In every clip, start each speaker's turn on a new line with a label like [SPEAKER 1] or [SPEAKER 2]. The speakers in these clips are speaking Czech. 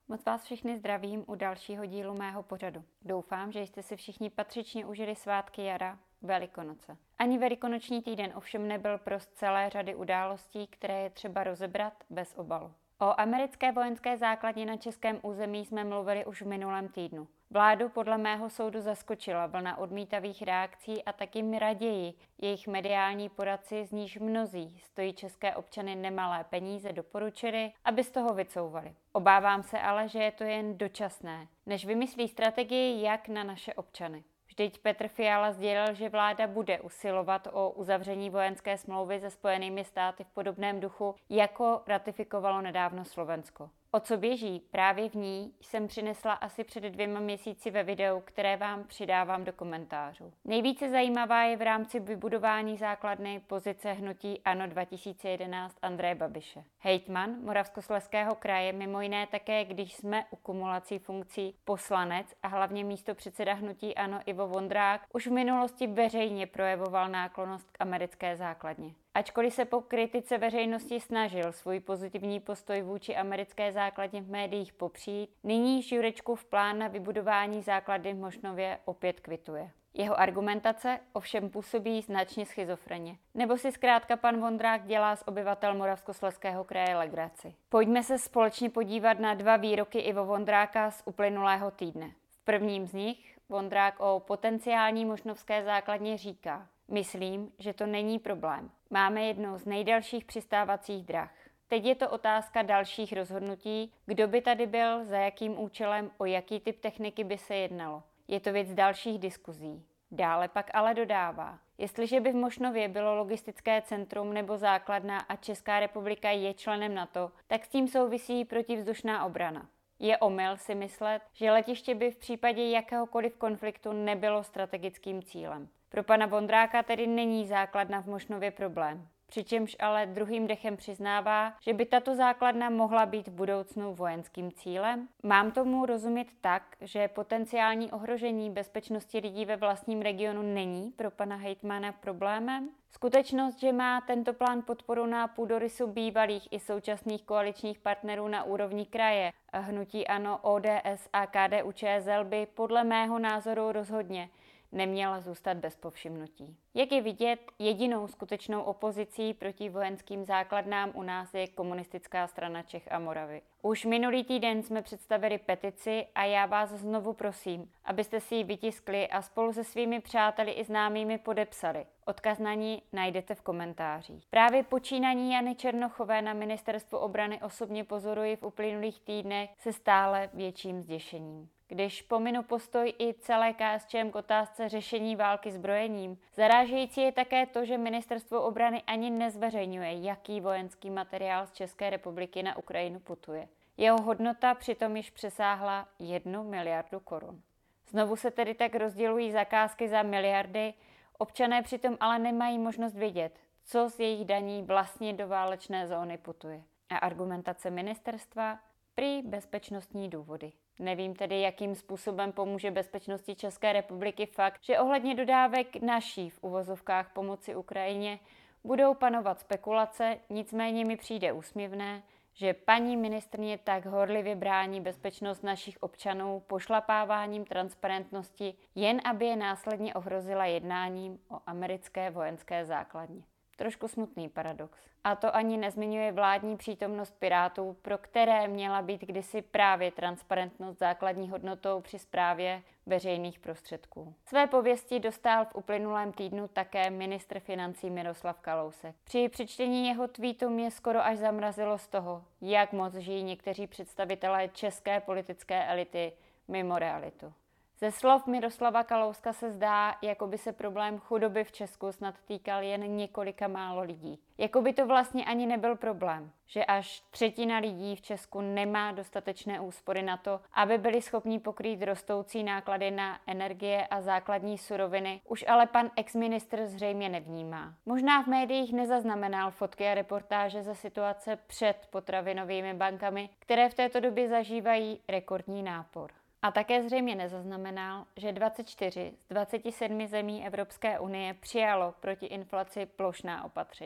[SPEAKER 1] Moc vás všechny zdravím u dalšího dílu mého pořadu. Doufám, že jste si všichni patřičně užili svátky jara, Velikonoce. Ani velikonoční týden ovšem nebyl prost celé řady událostí, které je třeba rozebrat bez obalu. O americké vojenské základně na českém území jsme mluvili už v minulém týdnu. Vládu podle mého soudu zaskočila vlna odmítavých reakcí a taky mi raději jejich mediální poradci, z níž mnozí stojí české občany nemalé peníze, doporučili, aby z toho vycouvali. Obávám se ale, že je to jen dočasné, než vymyslí strategii jak na naše občany. Vždyť Petr Fiala sdělil, že vláda bude usilovat o uzavření vojenské smlouvy se Spojenými státy v podobném duchu, jako ratifikovalo nedávno Slovensko. O co běží? Právě v ní jsem přinesla asi před 2 měsíci ve videu, které vám přidávám do komentářů. Nejvíce zajímavá je v rámci vybudování základny pozice hnutí ANO 2011 Andreje Babiše. Hejtman Moravskoslezského kraje mimo jiné také, když jsme u kumulací funkcí poslanec a hlavně místopředseda hnutí ANO Ivo Vondrák, už v minulosti veřejně projevoval náklonnost k americké základně. Ačkoliv se po kritice veřejnosti snažil svůj pozitivní postoj vůči americké základně v médiích popřít, nyní Jurečkův plán na vybudování základny v Mošnově opět kvituje. Jeho argumentace ovšem působí značně schizofreně. Nebo si zkrátka pan Vondrák dělá z obyvatel Moravskoslezského kraje legraci. Pojďme se společně podívat na 2 výroky Ivo Vondráka z uplynulého týdne. V prvním z nich Vondrák o potenciální mošnovské základně říká: Myslím, že to není problém. Máme jednu z nejdelších přistávacích drah. Teď je to otázka dalších rozhodnutí, kdo by tady byl, za jakým účelem, o jaký typ techniky by se jednalo. Je to věc dalších diskuzí. Dále pak ale dodává: Jestliže by v Mošnově bylo logistické centrum nebo základna a Česká republika je členem NATO, tak s tím souvisí protivzdušná obrana. Je omyl si myslet, že letiště by v případě jakéhokoliv konfliktu nebylo strategickým cílem. Pro pana Vondráka tedy není základna v Mošnově problém. Přičemž ale druhým dechem přiznává, že by tato základna mohla být v budoucnu vojenským cílem. Mám tomu rozumět tak, že potenciální ohrožení bezpečnosti lidí ve vlastním regionu není pro pana hejtmana problémem? Skutečnost, že má tento plán podporu na půdorysu bývalých i současných koaličních partnerů na úrovni kraje, hnutí ANO, ODS a KDU-ČSL by podle mého názoru rozhodně neměla zůstat bez povšimnutí. Jak je vidět, jedinou skutečnou opozicí proti vojenským základnám u nás je Komunistická strana Čech a Moravy. Už minulý týden jsme představili petici a já vás znovu prosím, abyste si ji vytiskli a spolu se svými přáteli i známými podepsali. Odkaz na ní najdete v komentářích. Právě počínání Jany Černochové na ministerstvu obrany osobně pozoruji v uplynulých týdnech se stále větším zděšením. Když pominu postoj i celé KSČM k otázce řešení války zbrojením, zarážející je také to, že ministerstvo obrany ani nezveřejňuje, jaký vojenský materiál z České republiky na Ukrajinu putuje. Jeho hodnota přitom již přesáhla 1 miliardu korun. Znovu se tedy tak rozdělují zakázky za miliardy, občané přitom ale nemají možnost vědět, co z jejich daní vlastně do válečné zóny putuje. A argumentace ministerstva? Prý bezpečnostní důvody. Nevím tedy, jakým způsobem pomůže bezpečnosti České republiky fakt, že ohledně dodávek naší v uvozovkách pomoci Ukrajině budou panovat spekulace, nicméně mi přijde úsměvné, že paní ministryně tak horlivě brání bezpečnost našich občanů pošlapáváním transparentnosti, jen aby je následně ohrozila jednáním o americké vojenské základně. Trošku smutný paradox. A to ani nezmiňuje vládní přítomnost Pirátů, pro které měla být kdysi právě transparentnost základní hodnotou při správě veřejných prostředků. Své pověsti dostal v uplynulém týdnu také ministr financí Miroslav Kalousek. Při přečtení jeho tweetu mě skoro až zamrazilo z toho, jak moc žijí někteří představitelé české politické elity mimo realitu. Ze slov Miroslava Kalouska se zdá, jako by se problém chudoby v Česku snad týkal jen několika málo lidí. Jako by to vlastně ani nebyl problém, že až 1/3 lidí v Česku nemá dostatečné úspory na to, aby byli schopni pokrýt rostoucí náklady na energie a základní suroviny, už ale pan exministr zřejmě nevnímá. Možná v médiích nezaznamenal fotky a reportáže ze situace před potravinovými bankami, které v této době zažívají rekordní nápor. A také zřejmě nezaznamenal, že 24 z 27 zemí Evropské unie přijalo proti inflaci plošná opatření.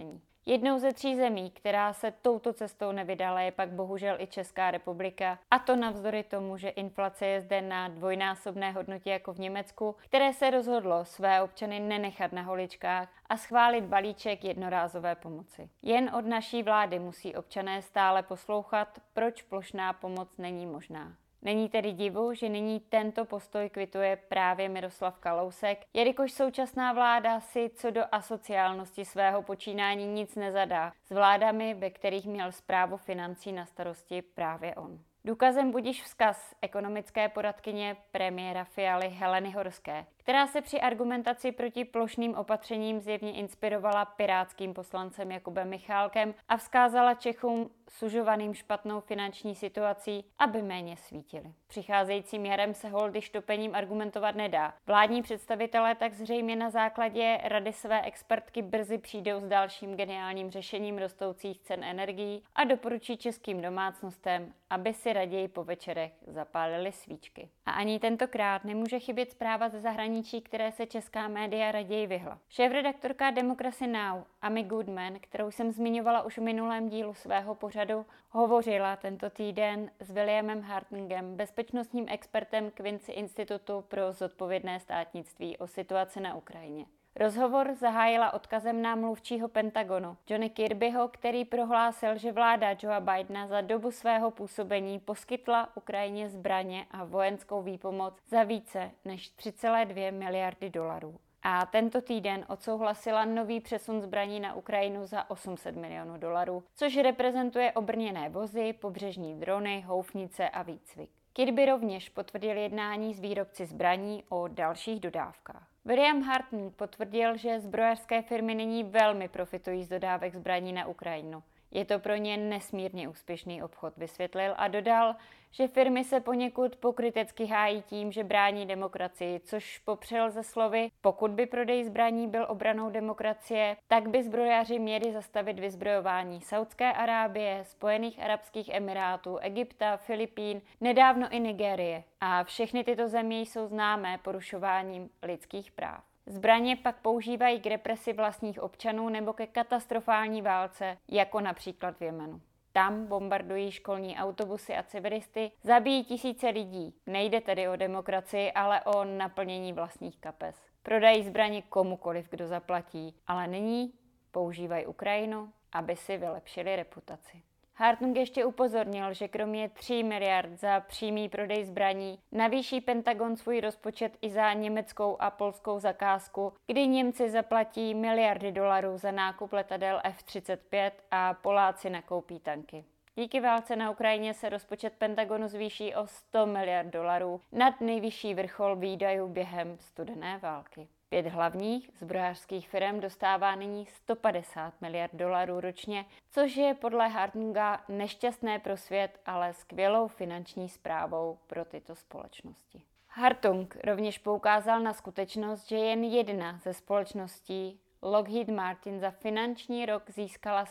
[SPEAKER 1] Jednou ze 3 zemí, která se touto cestou nevydala, je pak bohužel i Česká republika. A to navzdory tomu, že inflace je zde na dvojnásobné hodnotě jako v Německu, které se rozhodlo své občany nenechat na holičkách a schválit balíček jednorázové pomoci. Jen od naší vlády musí občané stále poslouchat, proč plošná pomoc není možná. Není tedy divu, že nyní tento postoj kvituje právě Miroslav Kalousek, jelikož současná vláda si co do asociálnosti svého počínání nic nezadá s vládami, ve kterých měl správu financí na starosti právě on. Důkazem budiž vzkaz ekonomické poradkyně premiéra Fialy Heleny Horské, která se při argumentaci proti plošným opatřením zjevně inspirovala pirátským poslancem Jakubem Michálkem a vzkázala Čechům sužovaným špatnou finanční situací, aby méně svítili. Přicházejícím jarem se holdy štopením argumentovat nedá. Vládní představitelé tak zřejmě na základě rady své expertky brzy přijdou s dalším geniálním řešením rostoucích cen energií a doporučí českým domácnostem, aby si raději po večerech zapálili svíčky. A ani tentokrát nemůže chybět zpráva ze zahraničí, které se česká média raději vyhla. Šéfredaktorka Democracy Now! Amy Goodman, kterou jsem zmiňovala už v minulém dílu svého pořadu, hovořila tento týden s Williamem Hartningem, bezpečnostním expertem Quincy Institutu pro zodpovědné státnictví o situaci na Ukrajině. Rozhovor zahájila odkazem na mluvčího Pentagonu, Johnny Kirbyho, který prohlásil, že vláda Joea Bidena za dobu svého působení poskytla Ukrajině zbraně a vojenskou výpomoc za více než 3,2 miliardy dolarů. A tento týden odsouhlasila nový přesun zbraní na Ukrajinu za 800 milionů dolarů, což reprezentuje obrněné vozy, pobřežní drony, houfnice a výcvik. Kirby rovněž potvrdil jednání s výrobci zbraní o dalších dodávkách. William Hartning potvrdil, že zbrojařské firmy nyní velmi profitují z dodávek zbraní na Ukrajinu. Je to pro ně nesmírně úspěšný obchod, vysvětlil a dodal, že firmy se poněkud pokrytecky hájí tím, že brání demokracii, což popřel ze slovy, pokud by prodej zbraní byl obranou demokracie, tak by zbrojaři měli zastavit vyzbrojování Saudské Arábie, Spojených arabských emirátů, Egypta, Filipín, nedávno i Nigérie. A všechny tyto země jsou známé porušováním lidských práv. Zbraně pak používají k represi vlastních občanů nebo ke katastrofální válce, jako například v Jemenu. Tam bombardují školní autobusy a civilisty, zabíjí tisíce lidí. Nejde tedy o demokracii, ale o naplnění vlastních kapes. Prodají zbraně komukoliv, kdo zaplatí, ale nyní používají Ukrajinu, aby si vylepšili reputaci. Hartung ještě upozornil, že kromě 3 miliard za přímý prodej zbraní navýší Pentagon svůj rozpočet i za německou a polskou zakázku, kdy Němci zaplatí miliardy dolarů za nákup letadel F-35 a Poláci nakoupí tanky. Díky válce na Ukrajině se rozpočet Pentagonu zvýší o 100 miliard dolarů nad nejvyšší vrchol výdajů během studené války. 5 hlavních zbrojařských firm dostává nyní 150 miliard dolarů ročně, což je podle Hartunga nešťastné pro svět, ale skvělou finanční správou pro tyto společnosti. Hartung rovněž poukázal na skutečnost, že jen jedna ze společností Lockheed Martin za finanční rok získala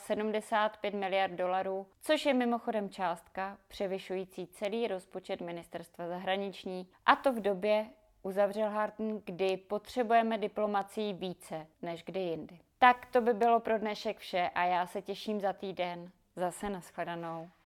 [SPEAKER 1] 75 miliard dolarů, což je mimochodem částka převyšující celý rozpočet ministerstva zahraniční, a to v době, uzavřel Hartung, kdy potřebujeme diplomacii více než kdy jindy. Tak to by bylo pro dnešek vše a já se těším za týden. Zase nashledanou.